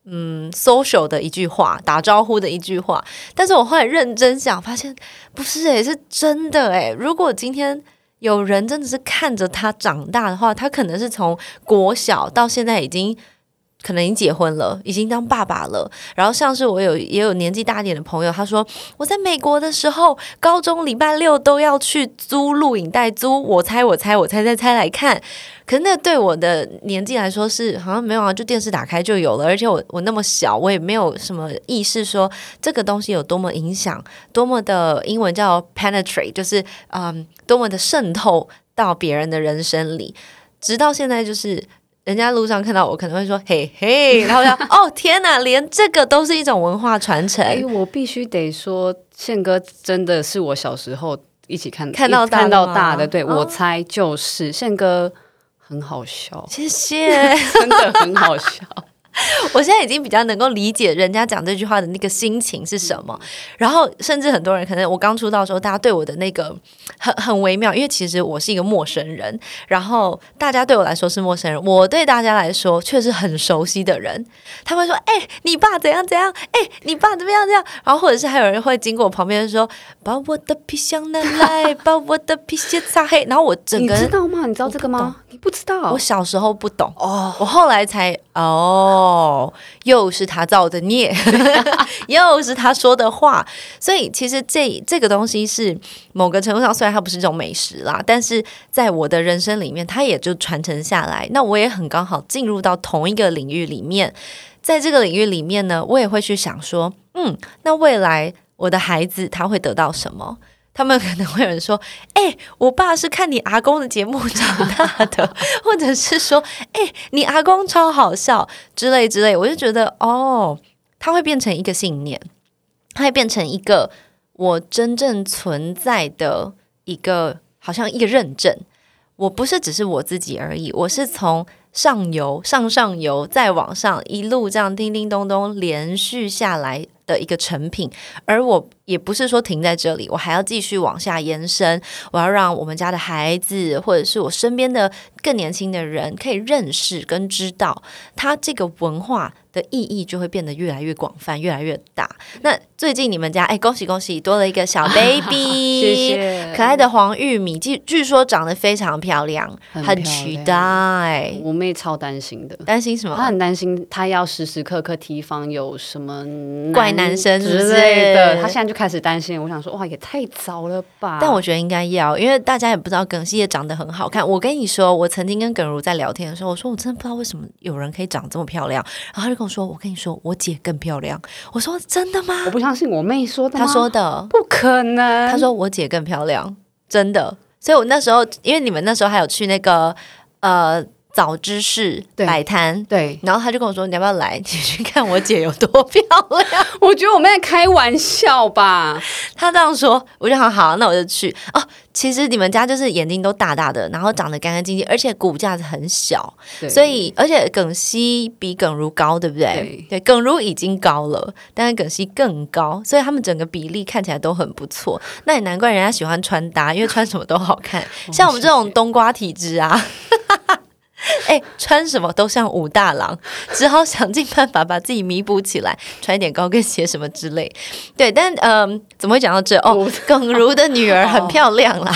Speaker 1: social 的一句话，打招呼的一句话。但是我后来认真想，发现不是是真的如果今天有人真的是看着他长大的话，他可能是从国小到现在可能已经结婚了，已经当爸爸了。然后像是也有年纪大一点的朋友，他说我在美国的时候，高中礼拜六都要去租录影带，租我猜来看。可是那对我的年纪来说是好像没有啊，就电视打开就有了。而且我那么小，我也没有什么意识说这个东西有多么影响，多么的英文叫 penetrate， 就是多么的渗透到别人的人生里。直到现在就是人家路上看到我可能会说嘿嘿，然后哦天哪，连这个都是一种文化传承。
Speaker 2: 我必须得说宪哥真的是我小时候一起看
Speaker 1: 到
Speaker 2: 大的。对，我猜就是宪哥很好笑，
Speaker 1: 谢谢
Speaker 2: 真的很好笑。
Speaker 1: 我现在已经比较能够理解人家讲这句话的那个心情是什么，然后甚至很多人可能我刚出道的时候，大家对我的那个很微妙，因为其实我是一个陌生人，然后大家对我来说是陌生人，我对大家来说却是很熟悉的人。他们说你爸怎样怎样，你爸怎么样怎样，然后或者是还有人会经过我旁边说把我的皮箱拿来，把我的皮鞋擦黑，然后我整个人，
Speaker 2: 你知道吗？你知道这个吗？你不知道？
Speaker 1: 我小时候不懂我后来才又是他造的孽又是他说的话。所以其实这个东西是某个程度上，虽然它不是这种美食啦，但是在我的人生里面它也就传承下来。那我也很刚好进入到同一个领域里面，在这个领域里面呢，我也会去想说那未来我的孩子他会得到什么。他们可能会有人说我爸是看你阿公的节目长大的或者是说你阿公超好笑之类。我就觉得它会变成一个信念，它会变成一个我真正存在的一个好像一个认证。我不是只是我自己而已，我是从上游再往上一路这样叮叮咚咚连续下来的一个成品。而我也不是说停在这里，我还要继续往下延伸，我要让我们家的孩子或者是我身边的更年轻的人可以认识跟知道它这个文化的意义，就会变得越来越广泛越来越大。那最近你们家恭喜恭喜多了一个小 baby
Speaker 2: 谢谢，
Speaker 1: 可爱的黄玉米，据说长得非常漂亮，很期待。
Speaker 2: 我妹超担心的。
Speaker 1: 担心什么？
Speaker 2: 她很担心她要时时刻刻提防有什么
Speaker 1: 怪男生
Speaker 2: 之类的，她现在就开始担心。我想说哇，也太早了吧。
Speaker 1: 但我觉得应该要，因为大家也不知道耿熙也长得很好看。我跟你说，我曾经跟耿如在聊天的时候，我说我真的不知道为什么有人可以长这么漂亮，然后他就跟我说，我跟你说我姐更漂亮。我说真的吗？
Speaker 2: 我不相信我妹说的吗？
Speaker 1: 她说的，
Speaker 2: 不可能。
Speaker 1: 她说我姐更漂亮，真的。所以我那时候，因为你们那时候还有去那个早知识摆摊，
Speaker 2: 对，
Speaker 1: 然后他就跟我说你要不要来，你去看我姐有多漂亮。
Speaker 2: 我觉得我们在开玩笑吧。
Speaker 1: 他这样说，我就好，那我就去。其实你们家就是眼睛都大大的，然后长得干干净净，而且骨架子很小，所以而且耿熙比耿如高，对不对？对，耿如已经高了，但是耿熙更高，所以他们整个比例看起来都很不错。那也难怪人家喜欢穿搭，因为穿什么都好看。像我们这种冬瓜体质啊。穿什么都像武大郎，只好想尽办法把自己弥补起来，穿一点高跟鞋什么之类。对，但怎么会讲到这？耿如的女儿很漂亮啦。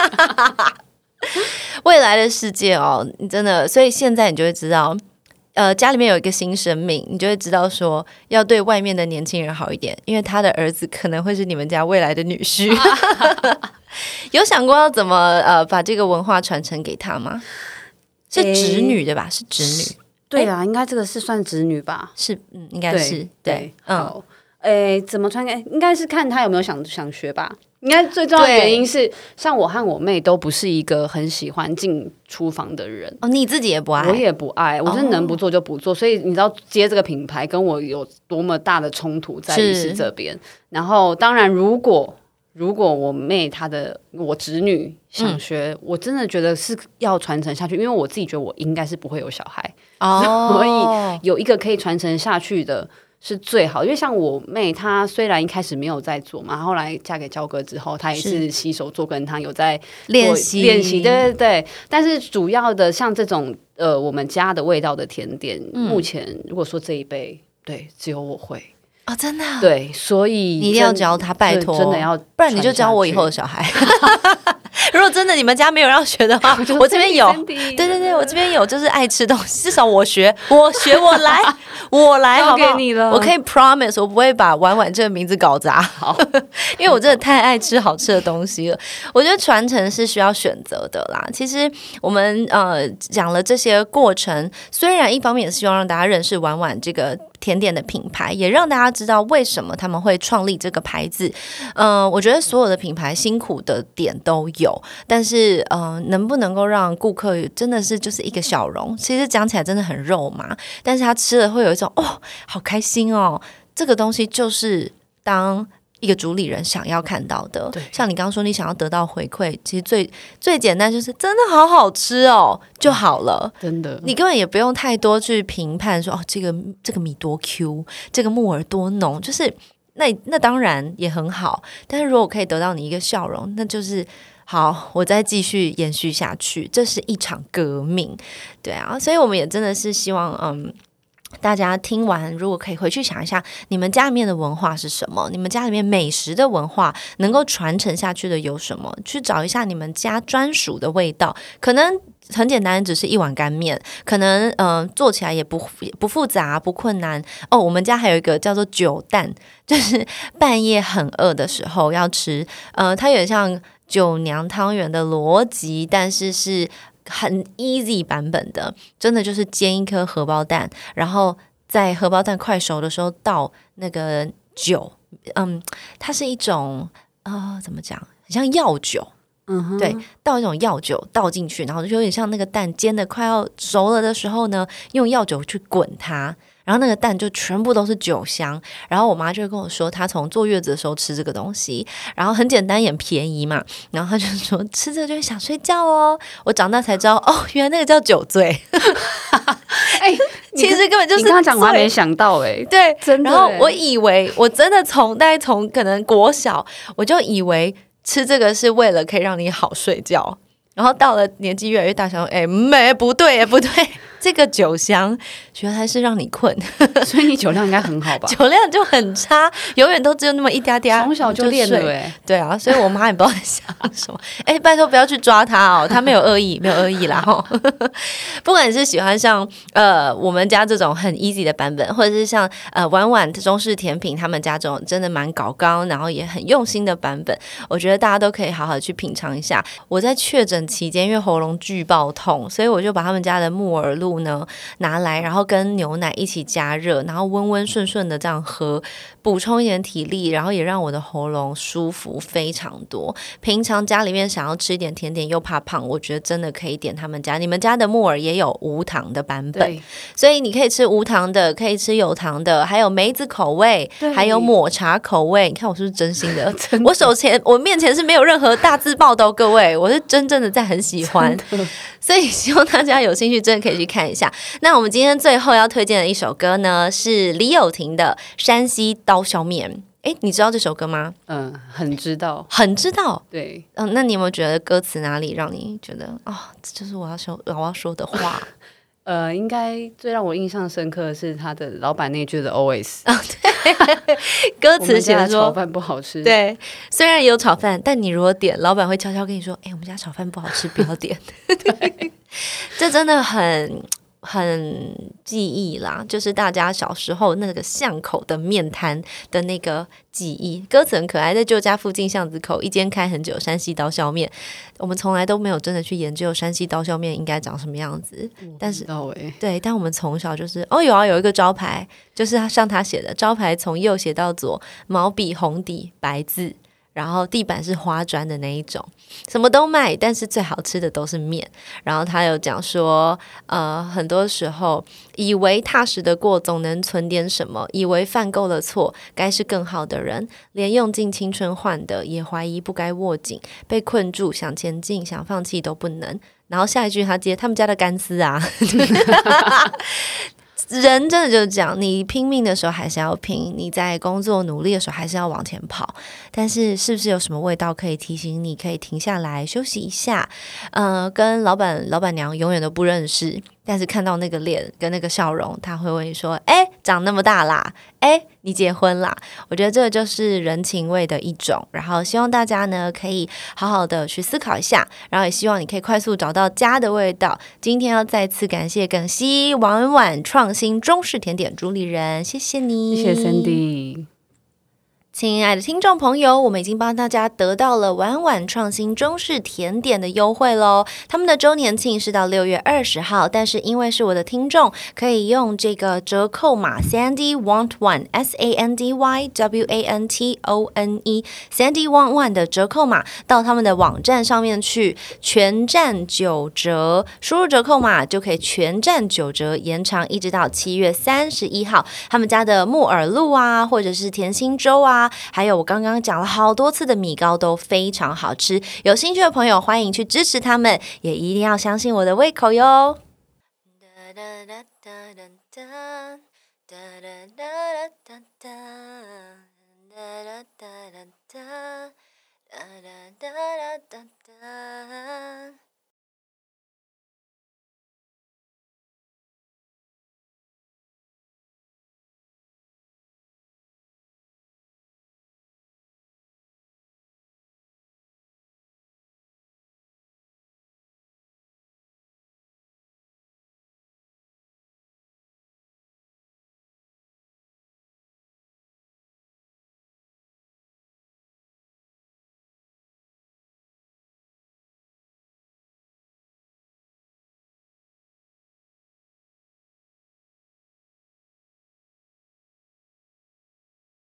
Speaker 1: 未来的世界你真的，所以现在你就会知道，家里面有一个新生命，你就会知道说要对外面的年轻人好一点，因为他的儿子可能会是你们家未来的女婿。有想过要怎么把这个文化传承给他吗？是侄女对吧？是侄女。
Speaker 2: 对啊，应该这个是算侄女吧？
Speaker 1: 是，应该是对。
Speaker 2: 好，怎么传？应该是看他有没有想学吧。应该最重要的原因是，像我和我妹都不是一个很喜欢进厨房的人。
Speaker 1: 你自己也不爱，
Speaker 2: 我也不爱，我是能不做就不做。所以你知道接这个品牌跟我有多么大的冲突在于是这边。然后当然如果我妹我侄女想学，我真的觉得是要传承下去，因为我自己觉得我应该是不会有小孩，所以有一个可以传承下去的是最好。因为像我妹，她虽然一开始没有在做嘛，后来嫁给焦哥之后，她也是洗手做跟她有在练习，对。但是主要的像这种我们家的味道的甜点，目前如果说这一辈对，只有我会
Speaker 1: 哦，真的、啊？
Speaker 2: 对，所以
Speaker 1: 你一定要教他，拜托，
Speaker 2: 真的要，
Speaker 1: 不然你就教我以后的小孩。如果真的你们家没有要学的话，我这边有，对对对，我这边有，就是爱吃东西，至少我学，我来，我来，好不好？我可以 promise， 我不会把婉婉这个名字搞砸，好，因为我真的太爱吃好吃的东西了。我觉得传承是需要选择的啦。其实我们讲了这些过程，虽然一方面也是希望让大家认识婉婉这个甜点的品牌，也让大家知道为什么他们会创立这个牌子。我觉得所有的品牌辛苦的点都有，但是能不能够让顾客真的是就是一个笑容，其实讲起来真的很肉麻，但是他吃了会有一种好开心哦，这个东西就是当一个主理人想要看到的。像你刚刚说你想要得到回馈，其实最简单就是真的好好吃哦就好了，真的，你根本也不用太多去评判说这个米多 Q， 这个木耳多浓，就是那当然也很好，但是如果可以得到你一个笑容，那就是好，我再继续延续下去，这是一场革命。对啊，所以我们也真的是希望大家听完如果可以回去想一下你们家里面的文化是什么，你们家里面美食的文化能够传承下去的有什么，去找一下你们家专属的味道，可能很简单，只是一碗干面，可能做起来也不复杂不困难我们家还有一个叫做酒蛋，就是半夜很饿的时候要吃它有点像酒娘汤圆的逻辑，但是是很 easy 版本的，真的就是煎一颗荷包蛋，然后在荷包蛋快熟的时候倒那个酒，它是一种怎么讲，很像药酒，对，倒一种药酒倒进去，然后就有点像那个蛋煎的快要熟了的时候呢，用药酒去滚它，然后那个蛋就全部都是酒香。然后我妈就会跟我说她从坐月子的时候吃这个东西，然后很简单也便宜嘛，然后她就说吃这个就会想睡觉哦。我长大才知道原来那个叫酒醉其实根本就是
Speaker 2: 你刚刚讲我还没想到
Speaker 1: 对，真的。然后我以为我真的大概从可能国小我就以为吃这个是为了可以让你好睡觉，然后到了年纪越来越大想说不对这个酒香原来是让你困
Speaker 2: 所以你酒量应该很好吧？
Speaker 1: 酒量就很差，永远都只有那么一嗲嗲，
Speaker 2: 从小就练了
Speaker 1: 对啊，所以我妈也不知道在想什么拜托不要去抓他他没有恶意啦不管你是喜欢像我们家这种很 easy 的版本，或者是像婉婉中式甜品他们家这种真的蛮搞纲然后也很用心的版本，我觉得大家都可以好好去品尝一下。我在确诊期间因为喉咙巨爆痛，所以我就把他们家的木耳露呢拿来，然后跟牛奶一起加热，然后温温顺顺的这样喝，补充一点体力，然后也让我的喉咙舒服非常多。平常家里面想要吃一点甜点又怕胖，我觉得真的可以点他们家，你们家的木耳也有无糖的版本，所以你可以吃无糖的，可以吃有糖的，还有梅子口味，还有抹茶口味。你看我是不是真心的我面前是没有任何大字报的各位，我是真正的在很喜欢，所以希望大家有兴趣真的可以去看一下。那我们今天最后要推荐的一首歌呢是李友廷的山西刀削面。你知道这首歌吗？
Speaker 2: 很知道对
Speaker 1: 那你有没有觉得歌词哪里让你觉得这就是我要说的话
Speaker 2: 应该最让我印象深刻的是他的老板那句的 OS
Speaker 1: 对歌词写的说
Speaker 2: 我们家炒饭不好吃，
Speaker 1: 对，虽然有炒饭，但你如果点，老板会悄悄跟你说我们家炒饭不好吃不要点对，这真的很记忆啦，就是大家小时候那个巷口的面摊的那个记忆。歌词很可爱，在旧家附近巷子口一间开很久山西刀削面，我们从来都没有真的去研究山西刀削面应该长什么样子，但是对，但我们从小就是有一个招牌，就是像他写的招牌从右写到左，毛笔红底白字，然后地板是花砖的那一种，什么都卖，但是最好吃的都是面。然后他有讲说很多时候以为踏实的过总能存点什么，以为犯够了错该是更好的人，连用尽青春换的也怀疑不该握紧，被困住想前进想放弃都不能。然后下一句他接他们家的干丝啊人真的就是这样，你拼命的时候还是要拼，你在工作努力的时候还是要往前跑，但是是不是有什么味道可以提醒你可以停下来休息一下跟老板娘永远都不认识， 但是看到那个脸跟那个笑容，他会问你说长那么大啦，你结婚啦。我觉得这个就是人情味的一种，然后希望大家呢可以好好的去思考一下，然后也希望你可以快速找到家的味道。今天要再次感谢耿熙婉婉创新中式甜点主理人，谢谢你。
Speaker 2: 谢谢 Sandy。
Speaker 1: 亲爱的听众朋友，我们已经帮大家得到了婉婉创新中式甜点的优惠咯。他们的周年庆是到6月20号，但是因为是我的听众，可以用这个折扣码 Sandy Want One SANDYWANTONE Sandy Want One 的折扣码到他们的网站上面去，全站9折，输入折扣码就可以全站9折，延长一直到7月31号。他们家的木耳露啊，或者是甜心粥啊，还有我刚刚讲了好多次的米糕都非常好吃，有兴趣的朋友欢迎去支持他们，也一定要相信我的胃口哟。哒哒哒哒哒哒哒哒哒哒哒。